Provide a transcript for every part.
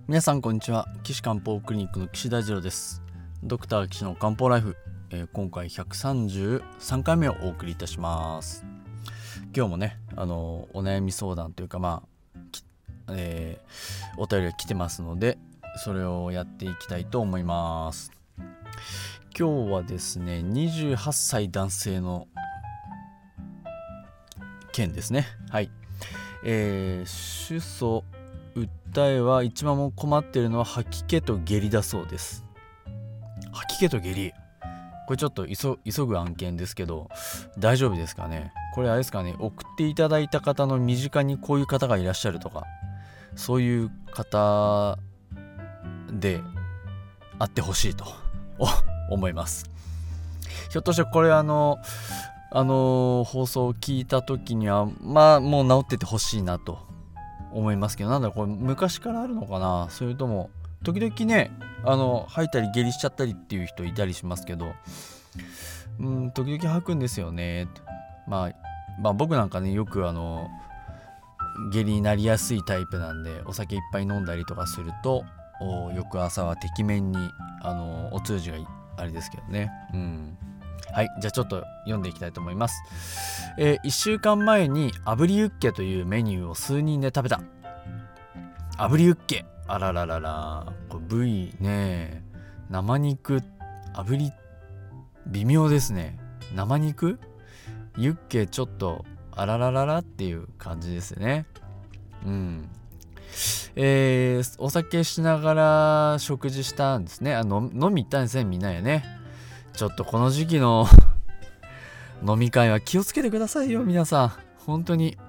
皆さんこんにちは。岸漢方クリニックの岸大二郎です。ドクター岸の漢方ライフ、今回133回目をお送りいたします。今日もねお悩み相談というかお便りが来てますので、それをやっていきたいと思います。今日はですね、28歳男性の件ですね。はい。主訴訴えは一番も困っているのは吐き気と下痢だそうです。吐き気と下痢、これちょっと急ぐ案件ですけど大丈夫ですかね。これあれですかね、送っていただいた方の身近にこういう方がいらっしゃるとか、そういう方であってほしいと思います。ひょっとしてこれ放送を聞いた時にはもう治っててほしいなと思いますけど、なんだろう、これ昔からあるのかな。それとも時々ね吐いたり下痢しちゃったりっていう人いたりしますけど、時々吐くんですよね。僕なんかね、よく下痢になりやすいタイプなんで、お酒いっぱい飲んだりとかすると翌朝はてきめんにお通じがあれですけどね。はい、じゃあちょっと読んでいきたいと思います。1週間前に炙りユッケというメニューを数人で食べた。炙りユッケ、あらららら、これ部位ね、生肉、炙り微妙ですね。生肉ユッケ、ちょっとあららららっていう感じですね。お酒しながら食事したんですね。飲み行ったんですね、みんなでね。ちょっとこの時期の飲み会は気をつけてくださいよ、皆さん。本当に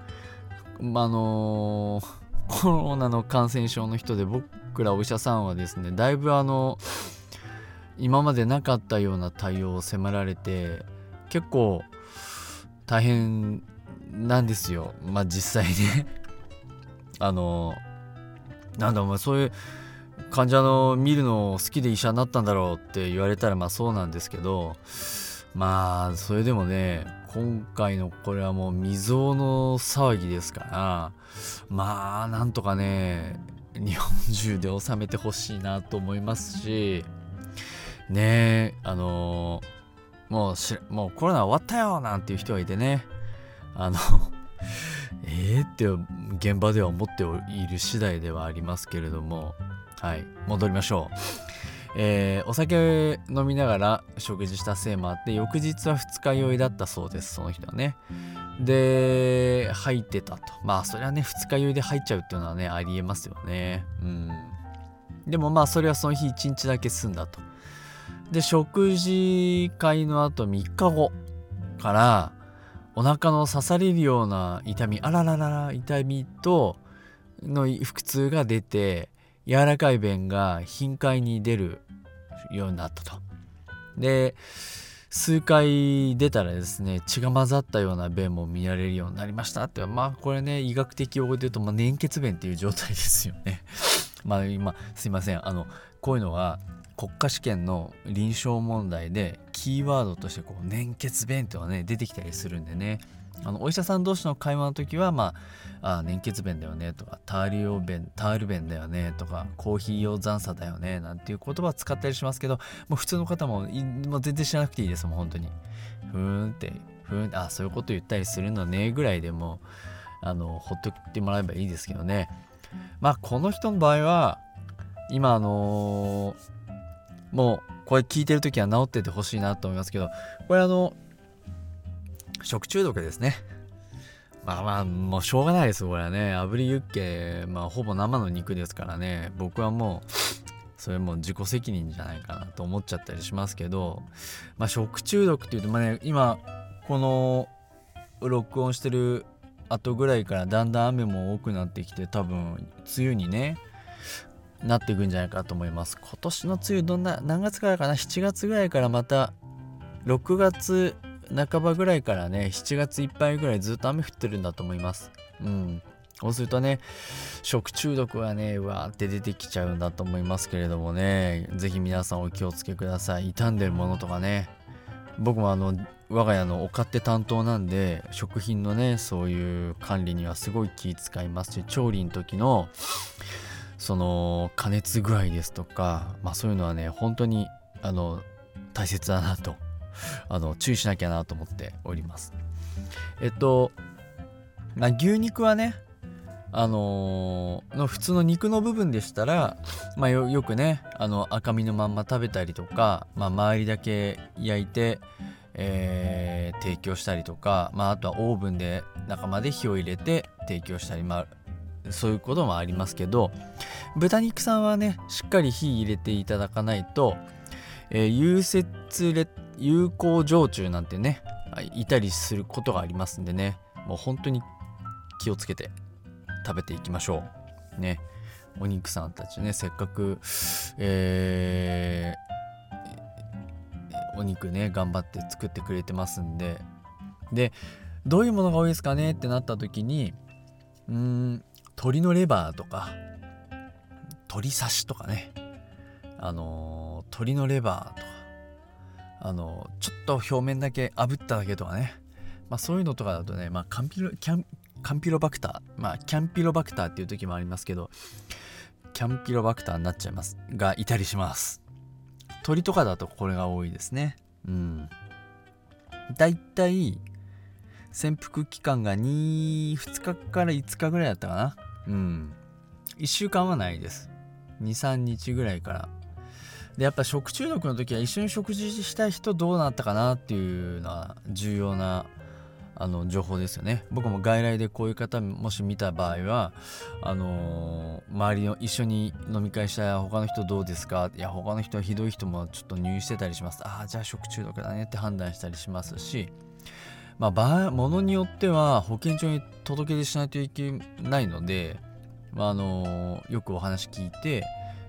コロナの感染症の人で、僕らお医者さんはですね、だいぶ今までなかったような対応を迫られて、結構大変なんですよ。実際ねなんだお前、そういう患者の見るの好きで医者になったんだろうって言われたらそうなんですけど、それでもね、今回のこれはもう未曾有の騒ぎですから、なんとかね日本中で収めてほしいなと思いますしね。もうコロナ終わったよなんていう人がいてね、って現場では思っている次第ではありますけれども、はい、戻りましょう。お酒飲みながら食事したせいもあって、翌日は二日酔いだったそうです、その人はね。で吐いてたと。それはね、二日酔いで吐いちゃうっていうのはね、ありえますよね。でもそれはその日一日だけ済んだと。で食事会の後3日後からお腹の刺されるような痛み、あらららら痛みとの腹痛が出て、柔らかい便が頻回に出るようになったと。で数回出たらですね、血が混ざったような便も見られるようになりましたって。これね、医学的用語で言うと粘血便っていう状態ですよね。今すいません、こういうのは国家試験の臨床問題でキーワードとして粘血便というのがね出てきたりするんでね、お医者さん同士の会話の時は粘血便だよねとか、タール便だよねとか、コーヒー用残渣だよねなんていう言葉を使ったりしますけど、もう普通の方も全然知らなくていいです。もう本当にそういうこと言ったりするのねぐらいでもほっとってもらえばいいですけどね。この人の場合は今もうこれ聞いてる時は治っててほしいなと思いますけど、これ食中毒ですね。もうしょうがないですこれはね。炙りユッケほぼ生の肉ですからね、僕はもうそれも自己責任じゃないかなと思っちゃったりしますけど、食中毒っていうと今この録音してる後ぐらいからだんだん雨も多くなってきて、多分梅雨にねなっていくんじゃないかと思います。今年の梅雨何月からかな、7月ぐらいからまた6月半ばぐらいからね、7月いっぱいぐらいずっと雨降ってるんだと思います。そうするとね、食中毒はねわーって出てきちゃうんだと思いますけれどもね、ぜひ皆さんお気をつけください。傷んでるものとかね、僕も我が家のお勝手担当なんで、食品のねそういう管理にはすごい気遣いますし、調理の時のその加熱具合ですとか、そういうのはね本当に大切だなと注意しなきゃなと思っております。牛肉はねの普通の肉の部分でしたら、よくね赤身のまんま食べたりとか、周りだけ焼いて、提供したりとか、あとはオーブンで中まで火を入れて提供したり、そういうこともありますけど、豚肉さんはねしっかり火入れていただかないと、有効常駐なんてねいたりすることがありますんでね、もう本当に気をつけて食べていきましょうね。お肉さんたちねせっかく、お肉ね頑張って作ってくれてますんで、どういうものが多いですかねってなった時に、鶏のレバーとか鶏刺しとかね、鶏のレバーとかちょっと表面だけ炙っただけとかね、そういうのとかだとね、キャンピロバクター、キャンピロバクターっていう時もありますけど、キャンピロバクターになっちゃいますがいたりします。鳥とかだとこれが多いですね。だいたい潜伏期間が2日から5日ぐらいだったかな。1週間はないです。 2,3 日ぐらいから。でやっぱ食中毒の時は一緒に食事した人どうなったかなっていうのは重要な情報ですよね。僕も外来でこういう方もし見た場合は周りの一緒に飲み会した他の人どうですか、いや他の人はひどい人もちょっと入院してたりします。じゃあ食中毒だねって判断したりしますし、ものによっては保健所に届け出しないといけないので、よくお話聞いて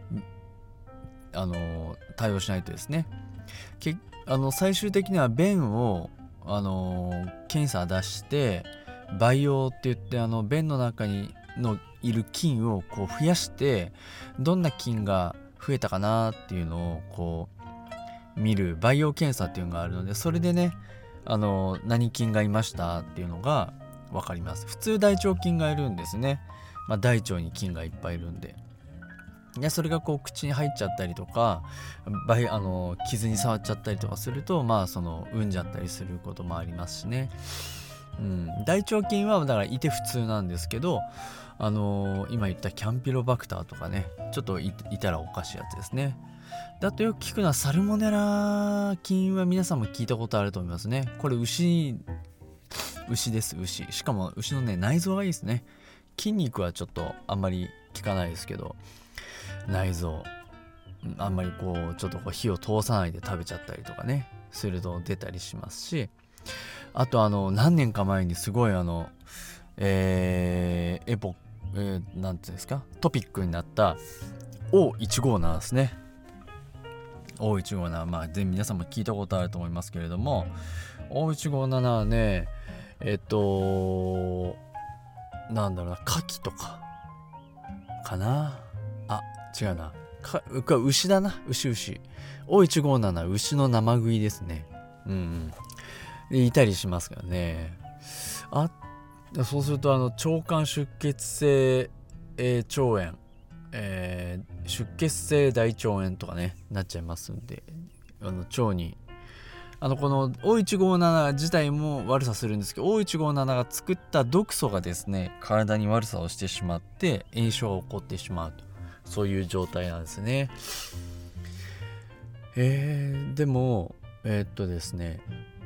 対応しないとですね、最終的には便を検査出して培養って言って便の中にいる菌をこう増やして、どんな菌が増えたかなっていうのをこう見る培養検査っていうのがあるので、それでね何菌がいましたっていうのが分かります。普通大腸菌がいるんですね。大腸に菌がいっぱいいるんで、それがこう口に入っちゃったりとか傷に触っちゃったりとかすると産んじゃったりすることもありますしね。大腸菌はだからいて普通なんですけど、今言ったキャンピロバクターとかねちょっと いたらおかしいやつですね。だとよく聞くのはサルモネラ菌は皆さんも聞いたことあると思いますね。これ牛です。しかも牛のね内臓がいいですね。筋肉はちょっとあんまり効かないですけど、内臓あんまりこうちょっと火を通さないで食べちゃったりとかねすると出たりしますし、あと何年か前にすごいなんていうんですか、トピックになった O157 ですね。 O157 皆さんも聞いたことあると思いますけれども、 O157 はねなんだろうな、牡蠣とかかな、違うな、牛だな、牛 O157 牛の生食いですね。でいたりしますからね。そうすると腸管出血性、腸炎、出血性大腸炎とかねなっちゃいますんで、腸にこの O157 自体も悪さするんですけど、 O157 が作った毒素がですね体に悪さをしてしまって炎症が起こってしまうと、そういう状態なんですね。でもですね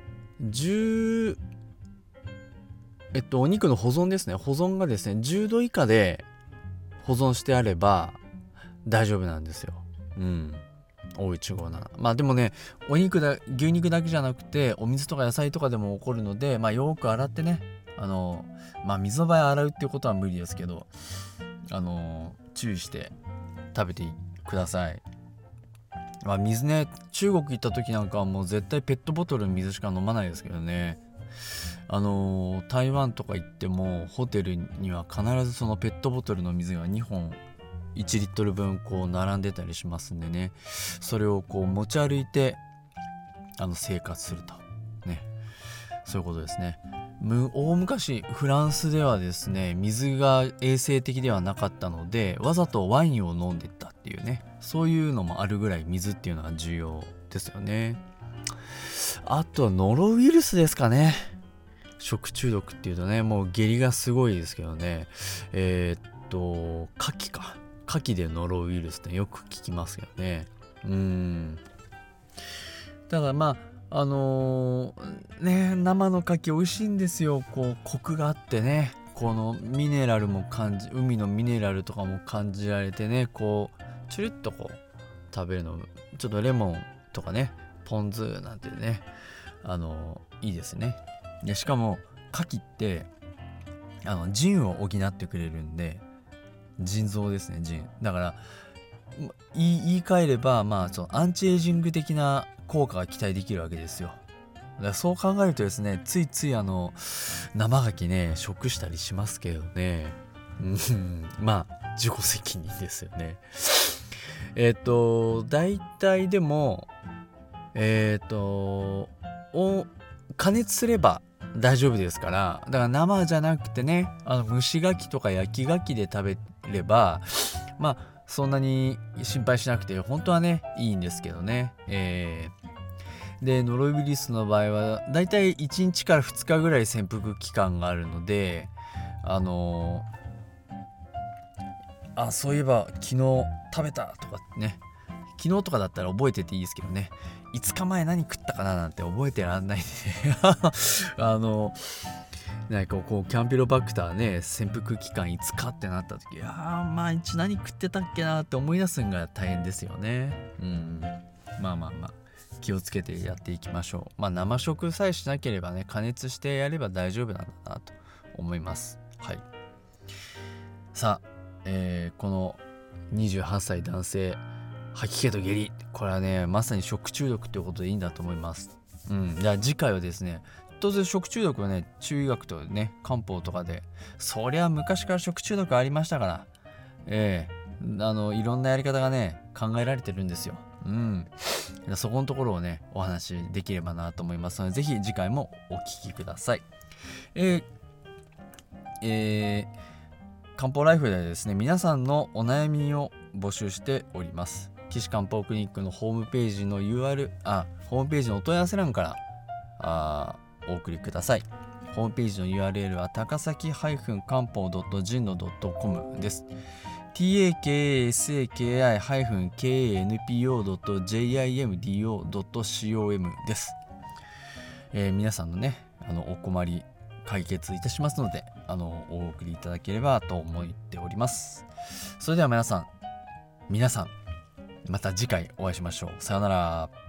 お肉の保存ですね。保存がですね10度以下で保存してあれば大丈夫なんですよ。O157。でもね牛肉だけじゃなくてお水とか野菜とかでも起こるので、よく洗ってね水の場合洗うっていうことは無理ですけど注意して食べてください。水ね、中国行った時なんかはもう絶対ペットボトルの水しか飲まないですけどね。台湾とか行ってもホテルには必ずそのペットボトルの水が2本1リットル分こう並んでたりしますんでね、それをこう持ち歩いて生活するとね、そういうことですね。 大昔フランスではですね、水が衛生的ではなかったので、わざとワインを飲んでったっていうね、そういうのもあるぐらい水っていうのは重要ですよね。あとはノロウイルスですかね。食中毒っていうとね、もう下痢がすごいですけどね。牡蠣でノロウイルスってよく聞きますよね。だからまあ生の牡蠣美味しいんですよ。こうコクがあってね、このミネラルも海のミネラルとかも感じられてね、こうチュルッとこう食べるの、ちょっとレモンとかね、ポン酢なんてね、いいですね。でしかも牡蠣って腎を補ってくれるんで、腎臓ですね、腎だから言い換えれば、そのアンチエイジング的な効果が期待できるわけですよ。だからそう考えるとですね、ついつい生牡蠣ね食したりしますけどね。自己責任ですよね。大体でも加熱すれば大丈夫ですから、だから生じゃなくてね、蒸し牡蠣とか焼き牡蠣で食べればそんなに心配しなくて本当はねいいんですけどね。でノロウイルスの場合はだいたい1日から2日ぐらい潜伏期間があるので、そういえば昨日食べたとかね、昨日とかだったら覚えてていいですけどね、5日前何食ったかななんて覚えてらんないでなんかこうキャンピロバクターね潜伏期間5日ってなった時、毎日何食ってたっけなって思い出すのが大変ですよね。気をつけてやっていきましょう。生食さえしなければね、加熱してやれば大丈夫なんだなと思います。はい。さあ、この28歳男性吐き気と下痢、これはねまさに食中毒ということでいいんだと思います。じゃあ次回はですね、当然食中毒はね中医学とね漢方とかでそりゃ昔から食中毒ありましたから、いろんなやり方がね考えられてるんですよ。そこのところをねお話しできればなと思いますので、ぜひ次回もお聞きください。漢方ライフではですね、皆さんのお悩みを募集しております。岸漢方クリニックのホームページの ホームページのお問い合わせ欄からお送りください。ホームページの URL は高崎漢方.jino.com です。takasaki-kanpo.jimdo.com です。皆さんのねお困り解決いたしますのでお送りいただければと思っております。それでは皆さんまた次回お会いしましょう。さようなら。